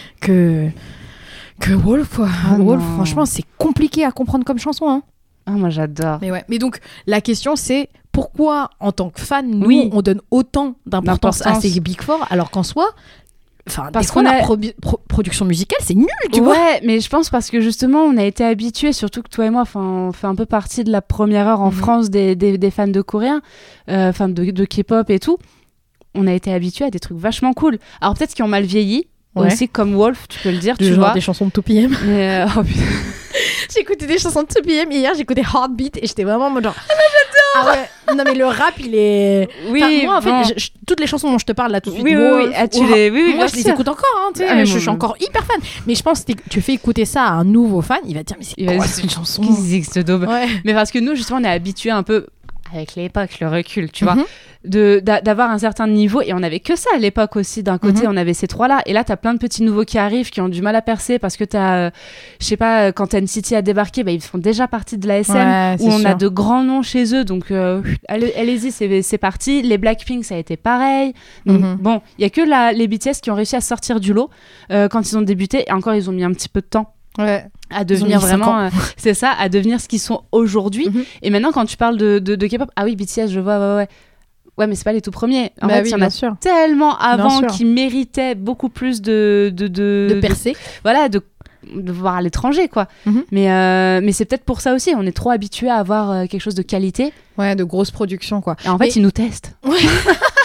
S3: que, que Wolf. Quoi.
S2: Ah
S3: Wolf,
S2: non.
S3: franchement, c'est compliqué à comprendre comme chanson. Hein.
S2: Ah, moi, j'adore.
S3: Mais, ouais. Mais donc, la question, c'est pourquoi, en tant que fan, nous,
S2: Oui.
S3: on donne autant d'importance à
S2: D'importance.
S3: ces Big Four, alors qu'en soi, enfin,
S2: Parce
S3: des fois,
S2: qu'on
S3: la
S2: a-
S3: pro- pro- production musicale, c'est nul, tu
S2: ouais,
S3: vois.
S2: mais je pense parce que justement, on a été habitués, surtout que toi et moi, enfin, on fait un peu partie de la première heure en
S3: Mhm.
S2: France des, des, des fans de coréens, euh, enfin de, de K-pop et tout. On a été habitués à des trucs vachement cool. Alors peut-être qu'ils ont mal vieilli,
S3: Ouais.
S2: aussi comme Wolf, tu peux le dire,
S3: Du
S2: tu
S3: genre
S2: vois.
S3: des chansons de deux P M.
S2: Mais, euh, oh, putain.
S3: J'écoutais des chansons de deux P M et hier j'écoutais Heartbeat et j'étais vraiment en mode genre ah ouais non mais le rap il est
S2: Oui,
S3: Enfin, moi en
S2: bon.
S3: fait je- je- toutes les chansons dont je te parle là tout de suite
S2: Oui, oui,
S3: Wolf,
S2: oui. Ah, tu
S3: Wolf,
S2: les- oui, oui,
S3: moi
S2: bien
S3: je les
S2: sûr.
S3: écoute encore hein, tu sais,
S2: Ah, mais
S3: je,
S2: moi,
S3: suis encore hyper fan mais je pense que tu fais écouter ça à un nouveau fan il va te dire mais c'est
S2: Il va
S3: quoi
S2: dire,
S3: cette chanson
S2: Qu'est-ce que c'est que ce daube
S3: ouais.
S2: Mais parce que nous, justement, on est habitués un peu, avec l'époque, le recul, tu vois,
S3: Mhm.
S2: de, d'a- d'avoir un certain niveau. Et on avait que ça à l'époque aussi. D'un côté,
S3: Mhm.
S2: on avait ces trois-là. Et là, t'as plein de petits nouveaux qui arrivent, qui ont du mal à percer parce que t'as, euh, je sais pas, quand N C T a débarqué, bah, ils font déjà partie de la S M,
S3: Ouais,
S2: où
S3: c'est
S2: on a
S3: sûr.
S2: de grands noms chez eux. Donc, euh, allez, allez-y, c'est, c'est parti. Les Blackpink, ça a été pareil. Donc,
S3: Mhm.
S2: bon, il y a que la, les B T S qui ont réussi à sortir du lot euh, quand ils ont débuté. Et encore, ils ont mis un petit peu de temps
S3: ouais
S2: à
S3: Ils ont
S2: devenir
S3: mis cinq
S2: vraiment,
S3: ans.
S2: euh, c'est ça, à devenir ce qu'ils sont aujourd'hui.
S3: Mhm.
S2: Et maintenant, quand tu parles de, de, de K-pop, ah oui, B T S, je vois, ouais, ouais. Ouais, mais c'est pas les tout premiers. En
S3: Bah
S2: fait,
S3: oui,
S2: il y en
S3: bien
S2: a
S3: sûr.
S2: tellement avant
S3: sûr.
S2: qui méritaient beaucoup plus de. De, de,
S3: de percer
S2: voilà, de, de voir à l'étranger, quoi.
S3: Mhm.
S2: Mais, euh, mais c'est peut-être pour ça aussi. On est trop habitués à avoir euh, quelque chose de qualité.
S3: ouais de grosses productions quoi
S2: Et en fait,
S3: Mais-
S2: ils nous testent.
S3: ouais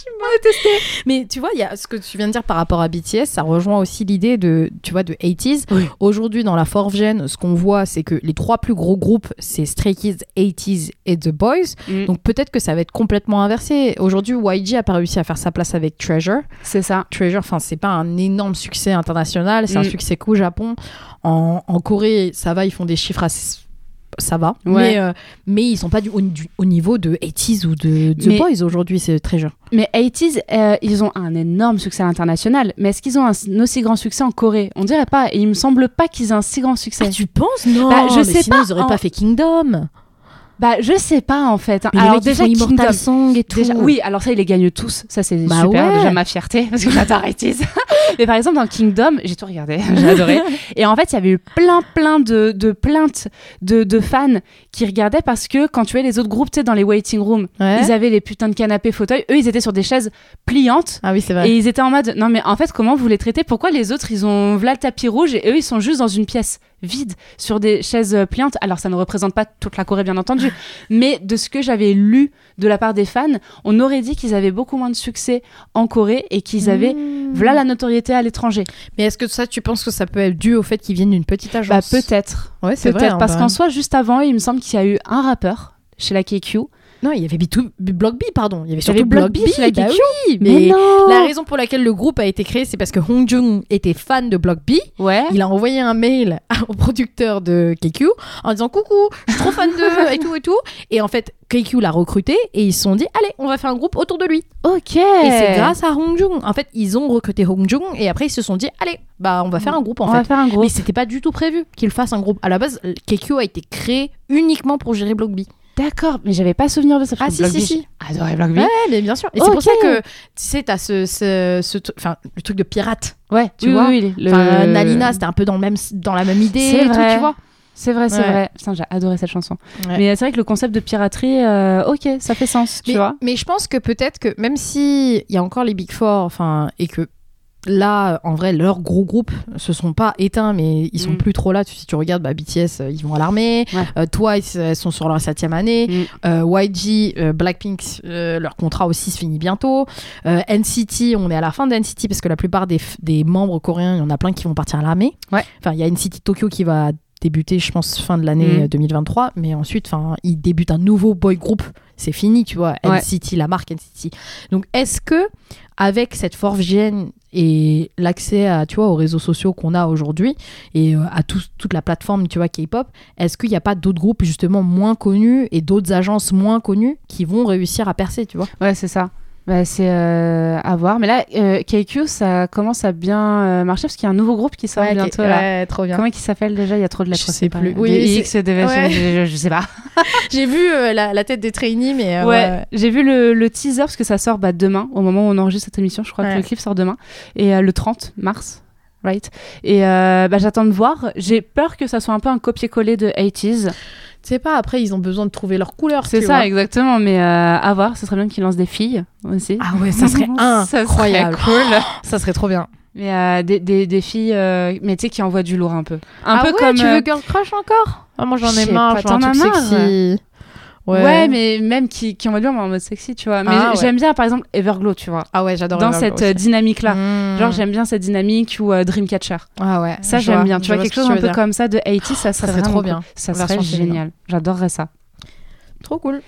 S3: m'as détesté. Mais tu vois, il y a ce que tu viens de dire par rapport à B T S, ça rejoint aussi l'idée de, tu vois, de eighties.
S2: Oui.
S3: Aujourd'hui, dans la fourth gen, ce qu'on voit, c'est que les trois plus gros groupes, c'est Stray Kids, eighties et The Boys.
S2: Mm.
S3: Donc peut-être que ça va être complètement inversé. Aujourd'hui, Y G a pas réussi à faire sa place avec Treasure.
S2: C'est ça.
S3: Treasure, enfin, c'est pas un énorme succès international, c'est
S2: Mm.
S3: un succès qu'au Japon. En, en Corée, ça va, ils font des chiffres assez... Ça va,
S2: Ouais.
S3: mais, euh, mais ils sont pas du, au, du- au niveau de eighties ou de The
S2: Mais-
S3: Boys aujourd'hui, c'est Treasure.
S2: Mais eighties, euh, ils ont un énorme succès à l'international. Mais est-ce qu'ils ont un, un aussi grand succès en Corée? On dirait pas. Et il me semble pas qu'ils aient un si grand succès.
S3: Ah, tu penses? Non,
S2: Bah, je
S3: mais
S2: sais
S3: sinon,
S2: pas,
S3: ils auraient
S2: en-
S3: pas fait Kingdom.
S2: Bah, je sais pas en fait. hein.
S3: Mais
S2: Alors
S3: les mecs,
S2: déjà,
S3: ils font Immortal
S2: Kingdom.
S3: Song et tout.
S2: Déjà, oui, alors ça, ils les gagnent tous. Ça, c'est
S3: Bah
S2: super.
S3: ouais.
S2: Déjà, ma fierté, parce que j'adore eighties. Mais par exemple, dans Kingdom, j'ai tout regardé. J'ai adoré. Et en fait, il y avait eu plein, plein de, de plaintes de, de fans qui regardaient parce que quand tu vois les autres groupes, tu sais, dans les waiting rooms,
S3: Ouais.
S2: ils avaient les putains de canapés fauteuils. Eux, ils étaient sur des chaises pliantes.
S3: Ah oui, c'est vrai.
S2: Et ils étaient en mode, non mais en fait, comment vous les traitez? Pourquoi les autres, ils ont v'là le tapis rouge et eux, ils sont juste dans une pièce vide sur des chaises euh, pliantes? Alors, ça ne représente pas toute la Corée, bien entendu, mais de ce que j'avais lu de la part des fans, on aurait dit qu'ils avaient beaucoup moins de succès en Corée et qu'ils avaient
S3: Mmh.
S2: v'là la notoriété à l'étranger.
S3: Mais est-ce que ça, tu penses que ça peut être dû au fait qu'ils viennent d'une petite
S2: Bah,
S3: agence?
S2: peut-être.
S3: Ouais, c'est
S2: Peut-être,
S3: vrai. hein,
S2: parce
S3: bah.
S2: qu'en soi, juste avant, il me semble qu'il y a eu un rappeur chez la K Q.
S3: Non, il y avait B deux, Block B, pardon. Il y avait
S2: Il y
S3: surtout
S2: avait Block B chez la
S3: bah
S2: K Q.
S3: oui,
S2: Mais,
S3: mais
S2: non
S3: la raison pour laquelle le groupe a été créé, c'est parce que Hong Jung était fan de Block B.
S2: Ouais.
S3: Il a envoyé un mail au producteur de K Q en disant coucou, je suis trop fan de et tout et tout. Et en fait, K Q l'a recruté et ils se sont dit allez, on va faire un groupe autour de lui.
S2: Ok.
S3: Et c'est grâce à Hong Jung. En fait, ils ont recruté Hong Jung et après ils se sont dit allez, bah on va faire un groupe en
S2: On
S3: fait.
S2: va faire un groupe.
S3: Mais c'était pas du tout prévu qu'il fasse un groupe. À la base, K Q a été créé uniquement pour gérer Block B.
S2: D'accord, mais j'avais pas souvenir de ça.
S3: Ah
S2: parce
S3: si
S2: que
S3: si
S2: Block B,
S3: si.
S2: j'ai adoré Block B.
S3: Ouais, mais bien sûr. Et c'est
S2: Ok.
S3: pour ça que tu sais, t'as ce, ce, ce truc, enfin le truc de pirate.
S2: Ouais,
S3: Tu
S2: oui,
S3: vois.
S2: oui, oui, le-
S3: Enfin, Nalina, c'était un peu dans le même, dans la même idée.
S2: C'est
S3: et tout,
S2: vrai.
S3: tu vois.
S2: C'est vrai, c'est
S3: Ouais.
S2: vrai. Putain, j'ai adoré cette chanson.
S3: Ouais.
S2: Mais euh, c'est vrai que le concept de piraterie, euh, ok, ça fait sens, tu
S3: mais,
S2: vois.
S3: mais je pense que peut-être que même si il y a encore les Big Four, enfin, et que là, en vrai, leurs gros groupes se sont pas éteints, mais ils sont
S2: Mm.
S3: plus trop là. Si tu regardes, bah, B T S, euh, ils vont à l'armée.
S2: Ouais.
S3: Euh, Twice, elles sont sur leur septième année.
S2: Mm.
S3: Euh, Y G, euh, Blackpink, euh, leur contrat aussi se finit bientôt. Euh, N C T, on est à la fin de N C T parce que la plupart des, f- des membres coréens, il y en a plein qui vont partir à l'armée.
S2: Ouais.
S3: Enfin, il y a N C T Tokyo qui va débuter, je pense, fin de l'année
S2: Mm.
S3: euh, deux mille vingt-trois. Mais ensuite, enfin, ils débutent un nouveau boy group. C'est fini, tu vois.
S2: Ouais.
S3: N C T, la marque N C T. Donc, est-ce que avec cette fourth gen et l'accès à, tu vois, aux réseaux sociaux qu'on a aujourd'hui et euh, à tout- toute la plateforme, tu vois, K-pop, est-ce qu'il n'y a pas d'autres groupes justement moins connus et d'autres agences moins connues qui vont réussir à percer, tu vois?
S2: Ouais, c'est ça. Bah, c'est euh, à voir. Mais là, euh, K Q, ça commence à bien euh, marcher parce qu'il y a un nouveau groupe qui sort bientôt. Là.
S3: ouais, trop bien.
S2: Comment il s'appelle déjà? Il y a trop de lettres.
S3: Je sais
S2: pas-
S3: plus.
S2: des
S3: Oui,
S2: X, des V,
S3: ouais.
S2: je, je- je sais pas.
S3: J'ai vu euh, la, la tête des trainees, mais euh,
S2: ouais,
S3: ouais.
S2: j'ai vu le, le teaser parce que ça sort bah, demain, au moment où on enregistre cette émission. Je crois
S3: Ouais.
S2: que le clip sort demain. Et euh, le trente mars. Right. Et euh, bah, j'attends de voir. J'ai peur que ça soit un peu un copier-coller de eighties.
S3: Tu sais pas, après, ils ont besoin de trouver leur couleur.
S2: C'est
S3: tu
S2: ça,
S3: vois.
S2: exactement. Mais euh, à voir. Ce serait bien qu'ils lancent des filles aussi.
S3: Ah ouais, ça serait
S2: Ça serait
S3: incroyable.
S2: cool.
S3: Ça serait trop bien.
S2: Mais euh, des, des, des filles, euh, mais tu sais, qui envoient du lourd un peu. Un
S3: ah
S2: peu
S3: ouais,
S2: comme.
S3: tu
S2: euh,
S3: veux Girl Crush encore? Ah, moi, j'en
S2: je
S3: ai
S2: sais
S3: marre.
S2: pas,
S3: Je veux un
S2: t'en
S3: truc
S2: as marre?
S3: sexy.
S2: ouais. mais même qui, qui envoient du lourd, mais en mode sexy, tu vois. Mais
S3: Ah ouais.
S2: j'aime bien, par exemple, Everglow, tu vois.
S3: Ah ouais, j'adore
S2: Dans
S3: Everglow
S2: cette euh,
S3: aussi.
S2: dynamique-là.
S3: Mmh.
S2: Genre, j'aime bien cette dynamique ou euh, Dreamcatcher.
S3: Ah ouais.
S2: Ça,
S3: je
S2: j'aime
S3: vois,
S2: bien. Tu
S3: je
S2: vois, quelque
S3: ce que
S2: chose
S3: tu
S2: un
S3: veux
S2: peu
S3: dire.
S2: comme ça de eighties, ça serait,
S3: serait
S2: vraiment
S3: trop
S2: cool.
S3: bien.
S2: Ça
S3: Version
S2: serait
S3: féminin.
S2: génial. J'adorerais ça.
S3: Trop cool.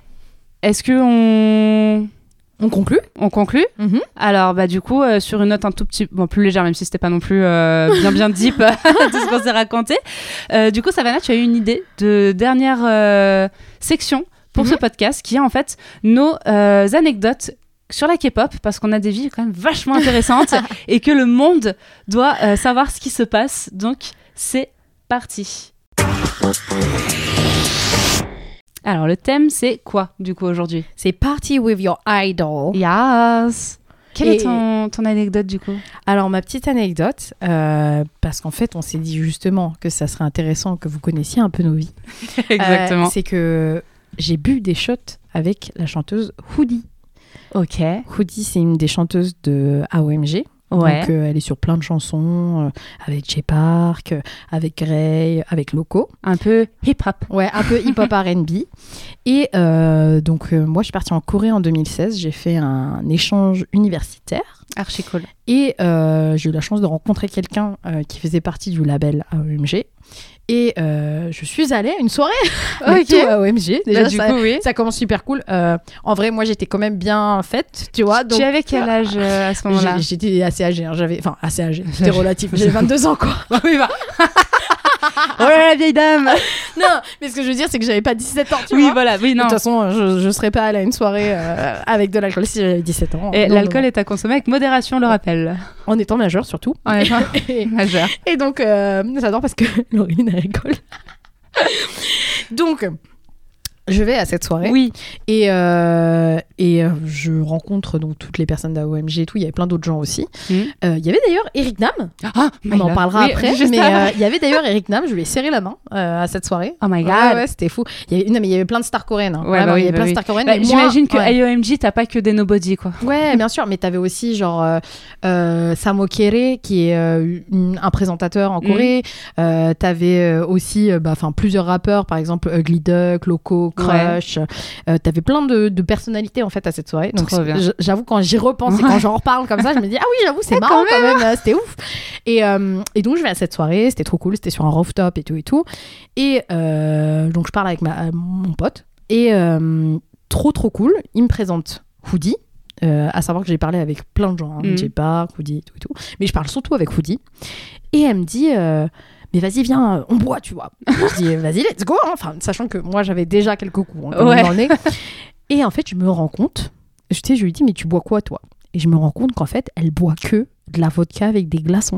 S2: Est-ce que on...
S3: On conclut?
S2: on conclut?
S3: Mhm.
S2: Alors, bah, du coup, euh, sur une note un tout petit bon, plus légère, même si c'était pas non plus euh, bien, bien deep euh, tout ce qu'on s'est raconté. Euh, du coup, Savannah, tu as eu une idée de dernière euh, section pour
S3: Mhm.
S2: ce podcast qui est en fait nos euh, anecdotes sur la K-pop parce qu'on a des vies quand même vachement intéressantes et que le monde doit euh, savoir ce qui se passe. Donc, c'est parti. Alors, le thème, c'est quoi, du coup, aujourd'hui?
S3: C'est Party with your idol.
S2: Yes! Quelle
S3: Et-
S2: est ton, ton anecdote, du coup?
S3: Alors, ma petite anecdote, euh, parce qu'en fait, on s'est dit justement que ça serait intéressant que vous connaissiez un peu nos vies.
S2: Exactement.
S3: Euh, c'est que j'ai bu des shots avec la chanteuse Hoodie.
S2: Ok.
S3: Hoodie, c'est une des chanteuses de A O M G.
S2: Ouais.
S3: Donc, euh, elle est sur plein de chansons, euh, avec Jay Park, euh, avec Grey, avec Loco.
S2: Un peu hip-hop.
S3: Ouais, un peu hip-hop R and B. Et euh, donc, euh, moi, je suis partie en Corée en deux mille seize. J'ai fait un échange universitaire.
S2: Archi cool.
S3: Et euh, j'ai eu la chance de rencontrer quelqu'un euh, qui faisait partie du label A O M G. Et euh, je suis allée à une soirée avec tout A O M G. Déjà,
S2: Bah, du
S3: ça,
S2: coup, oui.
S3: ça commence super cool. Euh, en vrai, moi, j'étais quand même bien faite, tu vois. Donc,
S2: Tu avais quel âge euh, à ce moment-là?
S3: j'ai- j'étais assez âgée. Hein, j'avais, enfin, assez âgée. C'était relatif. J'avais vingt-deux ans, quoi.
S2: Oui, bah. Oh là là, la vieille dame.
S3: Non, mais ce que je veux dire, c'est que j'avais pas dix-sept ans, tu
S2: Oui,
S3: vois.
S2: voilà, oui,
S3: De
S2: non.
S3: toute façon, je, je serais pas allée à une soirée euh, avec de l'alcool si j'avais dix-sept ans.
S2: Et
S3: Non,
S2: l'alcool
S3: non.
S2: est à consommer avec modération, on le rappelle.
S3: En étant majeur, surtout.
S2: En étant
S3: Et,
S2: majeur.
S3: et donc, euh, j'adore parce que Laureline, elle rigole. Donc, je vais à cette soirée.
S2: Oui.
S3: Et, euh, et euh, je rencontre donc toutes les personnes d'A O M G et tout. Il y avait plein d'autres gens aussi.
S2: Mm.
S3: Euh, Il y avait d'ailleurs Eric Nam.
S2: Ah,
S3: On en parlera
S2: oui,
S3: après.
S2: juste
S3: Mais
S2: avant.
S3: euh, il y avait d'ailleurs Eric Nam. Je lui ai serré la main euh, à cette soirée.
S2: Oh my god.
S3: Ouais, ouais, c'était fou. Il y avait, non, mais il y avait plein de stars coréennes. Hein.
S2: Ouais,
S3: Vraiment,
S2: bah oui,
S3: il y avait
S2: bah
S3: plein
S2: oui.
S3: de stars coréennes.
S2: Bah,
S3: mais moi-
S2: J'imagine que
S3: ouais.
S2: A O M G, t'as pas que des nobody, quoi.
S3: Ouais, bien sûr, mais t'avais aussi genre euh, euh, Samo Kere qui est euh, une- un présentateur en Corée. Euh, t'avais euh, aussi euh, bah, 'fin, plusieurs rappeurs, par exemple Ugly Duck, Loco, Crush. Euh, t'avais plein de, de personnalités en fait à cette soirée. Donc
S2: Trop bien.
S3: j- j'avoue quand j'y repense et quand j'en reparle comme ça, je me dis ah oui j'avoue c'est
S2: Ah,
S3: marrant
S2: quand
S3: quand même, euh, c'était ouf. Et, euh, et donc je vais à cette soirée, c'était trop cool, c'était sur un rooftop et tout et tout. Et euh, donc je parle avec ma, mon pote et euh, trop trop cool, il me présente Hoodie. Euh, à savoir que j'ai parlé avec plein de gens, hein,
S2: Mhm.
S3: j'ai pas Hoodie et tout et tout, mais je parle surtout avec Hoodie. Et elle me dit, euh, mais vas-y viens, euh, on boit, tu vois. Je dis vas-y let's go, hein. Enfin sachant que moi j'avais déjà quelques coups hein, quand même
S2: Ouais.
S3: dans le nez. Et en fait je me rends compte, je, tu sais, je lui dis mais tu bois quoi toi? Et je me rends compte qu'en fait elle boit que de la vodka avec des glaçons.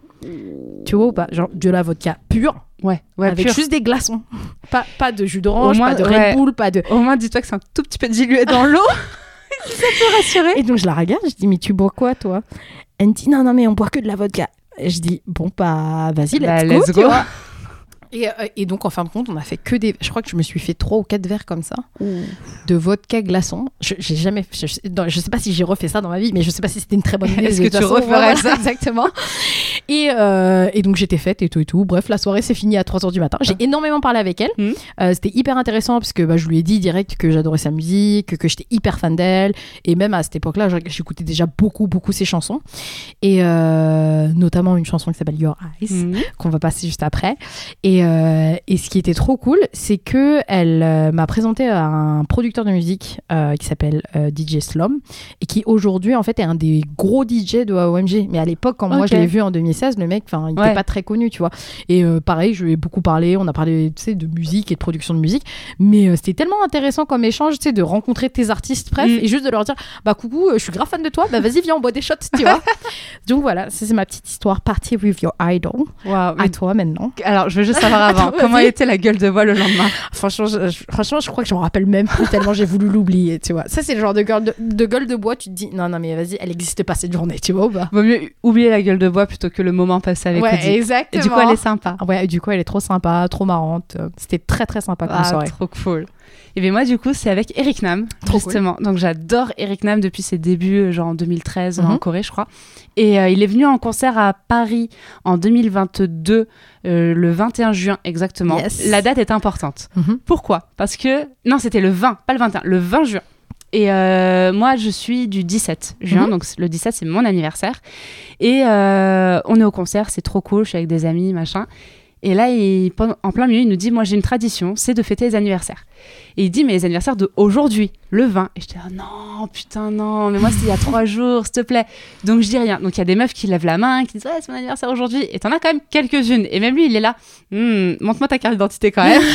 S3: Tu vois ou pas? Genre de la vodka pure,
S2: Ouais, ouais,
S3: avec
S2: pur.
S3: juste des glaçons. Pas, pas de jus d'orange,
S2: Au moins,
S3: pas de
S2: ouais.
S3: Red Bull, pas de...
S2: Au moins, dis-toi que c'est un tout petit peu dilué dans l'eau. Ça peut rassurer.
S3: Et donc je la regarde, je dis mais tu bois quoi toi? Elle me dit non non mais on boit que de la vodka. Et je dis bon bah vas-y let's
S2: Bah,
S3: go.
S2: let's
S3: tu
S2: go.
S3: vois. Et, euh, et donc en fin de compte on a fait que des, je crois que je me suis fait trois ou quatre verres comme ça de vodka glaçon. Je j'ai jamais, je, je, non, je sais pas si j'ai refait ça dans ma vie, mais je sais pas si c'était une très bonne idée.
S2: Est-ce
S3: de
S2: que
S3: toute
S2: tu
S3: façon.
S2: referais
S3: Ouais,
S2: ça?
S3: Exactement. Et, euh, et donc j'étais faite et tout et tout. Bref, la soirée s'est finie à trois heures du matin. J'ai énormément parlé avec elle.
S2: Mhm.
S3: Euh, c'était hyper intéressant parce que bah, je lui ai dit direct que j'adorais sa musique, que, que j'étais hyper fan d'elle. Et même à cette époque-là, je- j'écoutais déjà beaucoup, beaucoup ses chansons. Et euh, notamment une chanson qui s'appelle Your Eyes,
S2: Mhm.
S3: qu'on va passer juste après. Et, euh, et ce qui était trop cool, c'est que elle euh, m'a présenté à un producteur de musique euh, qui s'appelle euh, D J Slom et qui aujourd'hui en fait est un des gros D J de A O M G. Mais à l'époque, quand moi
S2: Ok.
S3: je l'ai vu en deux mille seize, le mec, enfin, il
S2: Ouais.
S3: était pas très connu, tu vois. Et euh, pareil, je lui ai beaucoup parlé. On a parlé, tu sais, de musique et de production de musique. Mais euh, c'était tellement intéressant comme échange, tu sais, de rencontrer tes artistes, bref,
S2: Mm.
S3: et juste de leur dire, bah coucou, euh, je suis grave fan de toi. Bah vas-y, viens, on boit des shots, tu vois. Donc voilà, ça, c'est ma petite histoire. Party with your idol.
S2: Waouh, mais
S3: À toi maintenant.
S2: alors, je veux juste savoir avant,
S3: Attends,
S2: comment
S3: vas-y.
S2: était la gueule de bois le lendemain?
S3: Franchement, je, je- franchement, je crois que je me rappelle même plus tellement j'ai voulu l'oublier, tu vois. Ça, c'est le genre de gueule de, de gueule de bois, tu te dis, non, non, mais vas-y, elle n'existe pas cette journée, tu vois ou pas?
S2: Vaut mieux oublier la gueule de bois plutôt que le moment passé avec
S3: Ouais,
S2: Audi. Et
S3: exactement.
S2: du coup, elle est sympa.
S3: Ouais, du coup, elle est trop sympa, trop marrante. Euh, C'était très, très sympa comme
S2: Ah,
S3: soirée.
S2: trop cool. Et bien moi, du coup, c'est avec Eric Nam,
S3: Trop
S2: justement. Donc, j'adore Eric Nam depuis ses débuts, euh, genre en deux mille treize,
S3: Mhm.
S2: en Corée, je crois. Et euh, il est venu en concert à Paris en deux mille vingt-deux, euh, le vingt et un juin exactement.
S3: Yes.
S2: La date est importante.
S3: Mhm.
S2: Pourquoi? Parce que... Non, c'était le vingt, pas le vingt et un, le vingt juin. Et euh, moi, je suis du dix-sept juin,
S3: Mhm.
S2: donc le dix-sept, c'est mon anniversaire. Et euh, on est au concert, c'est trop cool, je suis avec des amis, machin. Et là, il, pendant- en plein milieu, il nous dit, moi j'ai une tradition, c'est de fêter les anniversaires. Et il dit, mais les anniversaires de aujourd'hui, le vingt. Et je dis, ah non, putain, non, mais moi c'était il y a trois jours, s'il te plaît. Donc je dis rien. Donc il y a des meufs qui lèvent la main, qui disent, ouais, c'est mon anniversaire aujourd'hui. Et t'en as quand même quelques-unes. Et même lui, il est là, Hum, montre-moi ta carte d'identité quand même.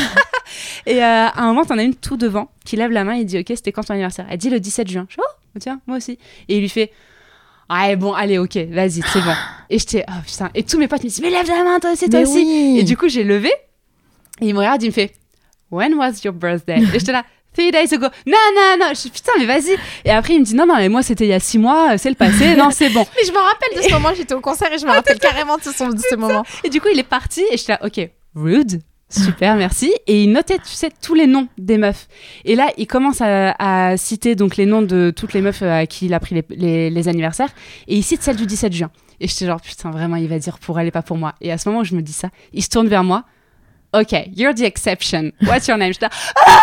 S2: Et euh, à un moment, t'en as une tout devant qui lève la main, il dit, ok, c'était quand ton anniversaire? Elle dit le dix-sept juin. Je dis, oh, tiens, moi aussi. Et il lui fait, ah bon, allez, ok, vas-y, c'est bon. Et j'étais, oh putain. Et tous mes potes me disent, mais lève la main, toi aussi, toi
S3: Mais
S2: aussi.
S3: oui.
S2: Et du coup, j'ai levé. Et il me regarde, il me fait, when was your birthday? Et j'étais là, three days ago. Non, non, non. Je dis, putain, mais vas-y. Et après, il me dit, non, non, mais moi, c'était il y a six mois, c'est le passé. Non, c'est bon.
S3: Mais je me rappelle de ce moment, j'étais au concert et je me rappelle carrément de ce, de ce moment.
S2: Et du coup, il est parti. Et j'étais là, ok, rude. Super, merci. Et il notait, tu sais, tous les noms des meufs. Et là, il commence à, à citer donc les noms de toutes les meufs à qui il a pris les, les, les anniversaires. Et il cite celle du dix-sept juin. Et j'étais genre, putain, vraiment, il va dire pour elle et pas pour moi. Et à ce moment où je me dis ça, il se tourne vers moi. OK, you're the exception. What's your name? Je dis, ah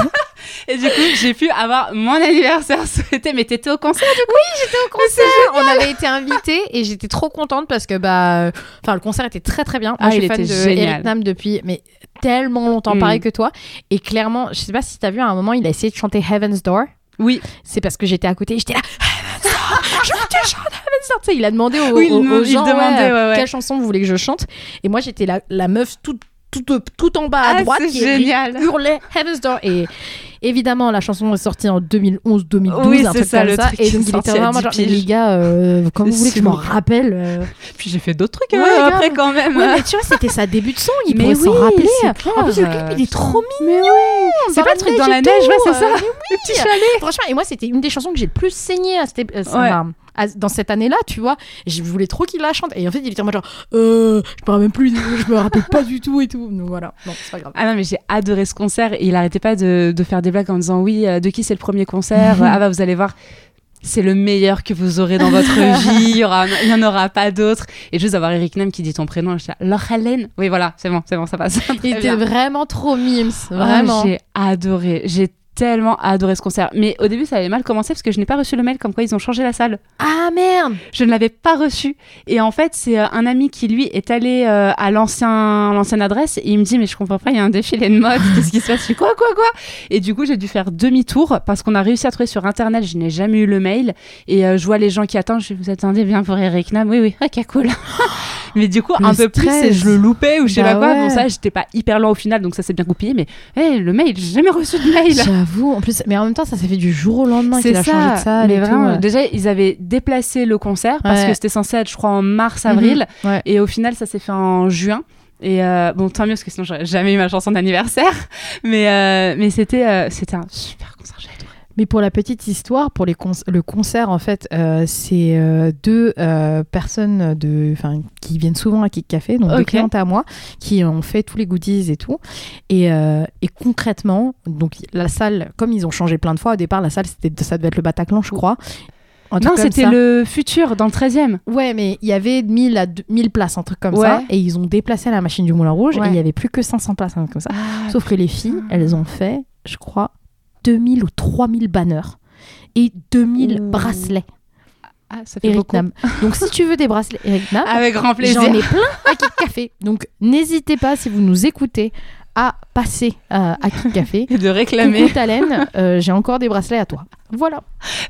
S2: et du coup, j'ai pu avoir mon anniversaire souhaité. Mais t'étais au concert du coup?
S3: Oui, j'étais au concert. On avait été invités et j'étais trop contente parce que bah, enfin, le concert était très très bien. Moi,
S2: Ah,
S3: je suis
S2: il
S3: fan de
S2: était génial.
S3: Eric Nam depuis mais tellement longtemps,
S2: Mm.
S3: pareil que toi. Et clairement, je sais pas si t'as vu à un moment, il a essayé de chanter Heaven's Door.
S2: Oui.
S3: C'est parce que j'étais à côté et j'étais là. Heaven's Door, je veux que tu chantes Heaven's Door. Tu sais, il a demandé aux,
S2: Oui,
S3: aux,
S2: il
S3: aux
S2: il
S3: gens
S2: demandait, ouais, ouais.
S3: quelle chanson vous voulez que je chante. Et moi, j'étais la, la meuf toute tout, tout en bas à
S2: Ah,
S3: droite
S2: c'est
S3: qui
S2: génial.
S3: hurlait Heaven's Door. Et évidemment, la chanson est sortie en deux mille onze deux mille douze,
S2: Oui,
S3: un
S2: c'est
S3: truc
S2: ça,
S3: comme
S2: le
S3: ça.
S2: truc
S3: Et
S2: qui
S3: donc,
S2: est
S3: il
S2: sorti
S3: était
S2: à
S3: vraiment
S2: dix
S3: genre, mais
S2: piges.
S3: les gars, euh, comme
S2: C'est
S3: vous voulez que je m'en
S2: sûr.
S3: rappelle. euh.
S2: Puis j'ai fait d'autres trucs
S3: Ouais,
S2: hein,
S3: grave.
S2: après quand même.
S3: Ouais, mais tu vois, c'était sa début de son, il
S2: Mais
S3: pourrait s'en
S2: oui,
S3: rappeler.
S2: c'est clair.
S3: En plus, le clip, il est trop mignon.
S2: Mais oui. C'est pas le truc dans la neige, ouais, c'est ça.
S3: Euh,
S2: Le petit chalet.
S3: Franchement, et moi, c'était une des chansons que j'ai le plus saigné à cette, euh, ça
S2: Ouais.
S3: m'a- à- dans cette année-là, tu vois. Et je voulais trop qu'il la chante. Et en fait, il était en mode genre, euh, je me rappelle même plus, je me rappelle pas du tout et tout. Donc voilà, non, c'est pas grave.
S2: Ah non, mais j'ai adoré ce concert et il arrêtait pas de, de faire des blagues en disant oui, euh, de qui c'est le premier concert? Ah bah vous allez voir, c'est le meilleur que vous aurez dans votre vie, il y aura, il y en aura pas d'autres. Et juste d'avoir Eric Nam qui dit ton prénom, je dis Laure Hélène. Oui voilà, c'est bon, c'est bon, ça passe.
S3: Il
S2: Très
S3: était
S2: bien.
S3: vraiment trop mimes,
S2: Oh,
S3: vraiment.
S2: j'ai adoré, j'ai tellement adoré ce concert. Mais au début, ça avait mal commencé parce que je n'ai pas reçu le mail comme quoi ils ont changé la salle.
S3: Ah merde.
S2: Je ne l'avais pas reçu. Et en fait, c'est euh, un ami qui, lui, est allé euh, à l'ancien, l'ancienne adresse et il me dit, mais je comprends pas, il y a un défilé de mode, qu'est-ce qui se passe? Je dis, quoi, quoi, quoi? Et du coup, j'ai dû faire demi-tour parce qu'on a réussi à trouver sur Internet, je n'ai jamais eu le mail. Et euh, je vois les gens qui attendent, je dis, vous attendez bien pour Eric Nam? Oui, oui, ok, cool. Mais du coup,
S3: Le
S2: un peu plus,
S3: stress.
S2: et je le loupais ou je sais
S3: Bah
S2: pas quoi.
S3: ouais.
S2: Bon, ça, j'étais pas hyper loin au final, donc ça s'est bien goupillé. Mais hey, le mail, j'ai jamais reçu de mail.
S3: J'avoue, en plus, mais en même temps, ça s'est fait du jour au lendemain
S2: C'est
S3: qu'il a changé de salle.
S2: mais
S3: et tout,
S2: vraiment,
S3: ouais.
S2: déjà, ils avaient déplacé le concert parce
S3: Ouais.
S2: que c'était censé être, je crois, en mars-avril.
S3: Mhm. Ouais.
S2: Et au final, ça s'est fait en juin. Et euh, bon, tant mieux, parce que sinon, j'aurais jamais eu ma chanson d'anniversaire. Mais, euh, mais c'était, euh, c'était un super concert. J'ai adoré.
S3: Mais pour la petite histoire, pour les con- le concert, en fait, euh, c'est euh, deux euh, personnes de, enfin, qui viennent souvent à Kick Café, donc deux
S2: Ok.
S3: clientes à moi, qui ont fait tous les goodies et tout. Et, euh, et concrètement, donc la salle, comme ils ont changé plein de fois, au départ, la salle, c'était, ça devait être le Bataclan, je crois. Un truc
S2: Non,
S3: comme
S2: c'était
S3: ça.
S2: le futur, dans le treizième.
S3: Ouais, mais il y avait mille à deux- mille places, un truc comme
S2: Ouais.
S3: ça. Et ils ont déplacé la machine du Moulin Rouge
S2: Ouais.
S3: et il y avait plus que cinq cents places, un truc comme ça.
S2: Ah,
S3: Sauf que les filles, elles ont fait, je crois, deux mille ou trois mille banners et deux mille
S2: Ouh.
S3: bracelets
S2: ah, ça fait
S3: Eric
S2: beaucoup.
S3: Nam. Donc si tu veux des bracelets Eric Nam,
S2: Avec grand plaisir.
S3: j'en ai plein à Kick Café. Donc n'hésitez pas, si vous nous écoutez, à passer euh, à Kick Café.
S2: Et de réclamer.
S3: Coucou Talen, euh, j'ai encore des bracelets à toi. Voilà.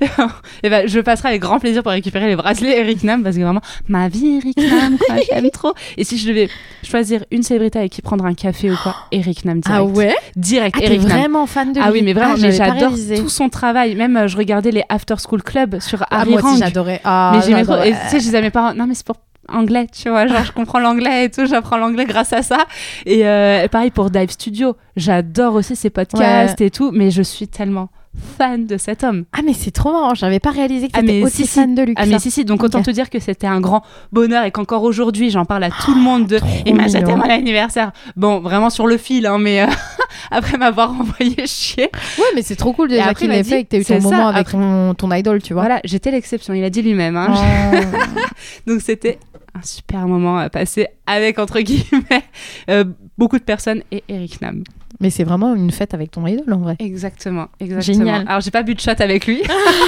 S2: Et ben, je passerai avec grand plaisir pour récupérer les bracelets Eric Nam parce que vraiment, ma vie Eric Nam, quoi, j'aime trop. Et si je devais choisir une célébrité avec qui prendre un café ou quoi, Eric Nam direct.
S3: Ah ouais
S2: Direct,
S3: Ah, t'es
S2: Eric Nam.
S3: vraiment fan de lui.
S2: Ah oui, mais vraiment,
S3: Ah,
S2: mais
S3: j'avais pas
S2: j'adore
S3: réalisé.
S2: tout son travail. Même, euh, je regardais les After School Club sur
S3: Ah,
S2: Harry
S3: moi aussi
S2: Rank.
S3: j'adorais. Ah,
S2: mais j'aimais trop.
S3: j'adorais.
S2: Et tu sais, je disais à mes parents, non, mais c'est pour anglais, tu vois. Genre, je comprends l'anglais et tout, j'apprends l'anglais grâce à ça. Et euh, pareil pour Dive Studio. J'adore aussi ses podcasts et tout, mais je suis tellement fan de cet homme.
S3: Ah mais c'est trop marrant, j'avais pas réalisé que
S2: Ah,
S3: t'étais
S2: mais
S3: aussi
S2: si, si.
S3: fan de lui que
S2: Ah,
S3: ça.
S2: mais si, si. Donc, autant
S3: Ok.
S2: te dire que c'était un grand bonheur et qu'encore aujourd'hui, j'en parle à tout le monde de. Il m'a souhaité
S3: mignon.
S2: mon anniversaire. Bon, vraiment sur le fil, hein, mais euh, après m'avoir envoyé chier.
S3: Ouais, mais c'est trop cool
S2: Et
S3: déjà
S2: après,
S3: qu'il
S2: il m'a
S3: l'ait
S2: dit,
S3: fait et que t'aies eu
S2: c'est
S3: ton
S2: ça,
S3: moment avec
S2: après-
S3: ton, ton idol, tu vois.
S2: Voilà, j'étais l'exception. Il a dit lui-même. Hein.
S3: Oh.
S2: Donc c'était un super moment à passer avec, entre guillemets, euh, beaucoup de personnes et Eric Nam.
S3: Mais c'est vraiment une fête avec ton idol en vrai.
S2: Exactement, exactement.
S3: Génial.
S2: Alors j'ai pas bu de shot avec lui,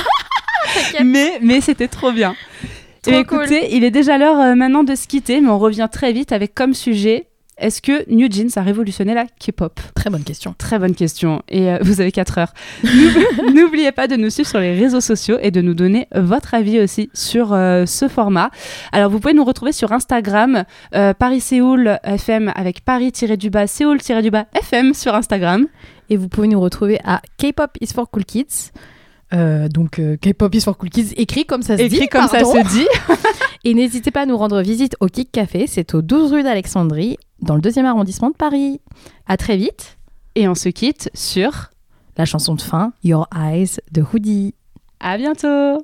S2: mais, mais c'était trop bien.
S3: Trop
S2: Et écoutez, il est déjà l'heure euh, maintenant de se quitter, mais on revient très vite avec comme sujet, est-ce que New Jeans a révolutionné la K-pop?
S3: Très bonne question.
S2: Très bonne question. Et euh, vous avez quatre heures. N'oub- N'oubliez pas de nous suivre sur les réseaux sociaux et de nous donner votre avis aussi sur euh, ce format. Alors, vous pouvez nous retrouver sur Instagram, euh, Paris-Séoul F M avec Paris-du-bas, Séoul-du-bas F M sur Instagram.
S3: Et vous pouvez nous retrouver à K-pop is for cool kids. Euh, donc euh, K-pop is for cool kids écrit comme ça se dit.
S2: Écrit comme
S3: pardon.
S2: ça se dit.
S3: Et n'hésitez pas à nous rendre visite au Kick Café. C'est au douze rue d'Alexandrie, dans le deuxième arrondissement de Paris. À très vite.
S2: Et on se quitte sur...
S3: La chanson de fin, Your Eyes de Hoodie.
S2: À bientôt.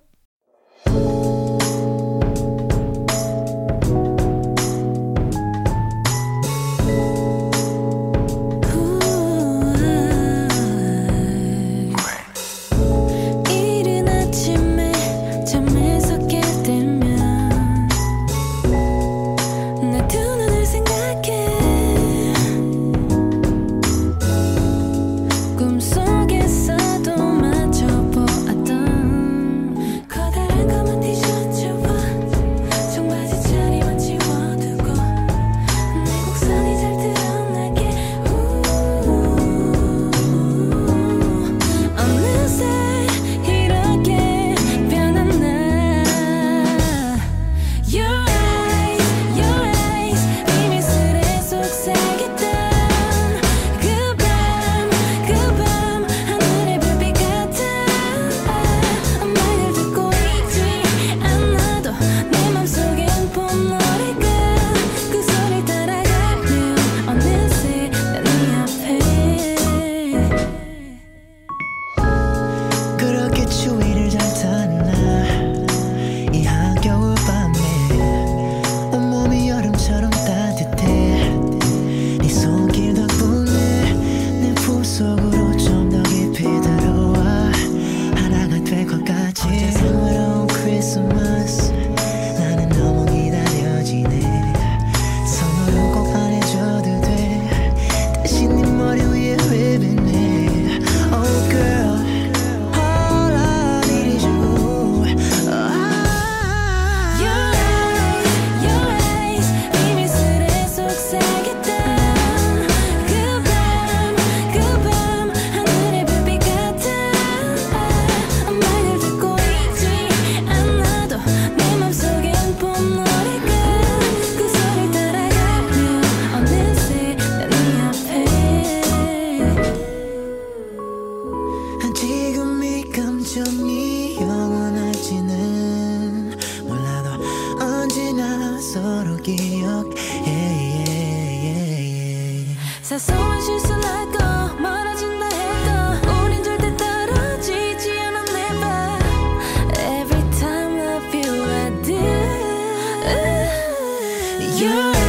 S1: 서로 기억해 yeah, yeah, yeah.
S4: 사소한 실수라도 멀어진다 해도 우린 절대 떨어지지 않아 never Every time I feel I do
S1: You're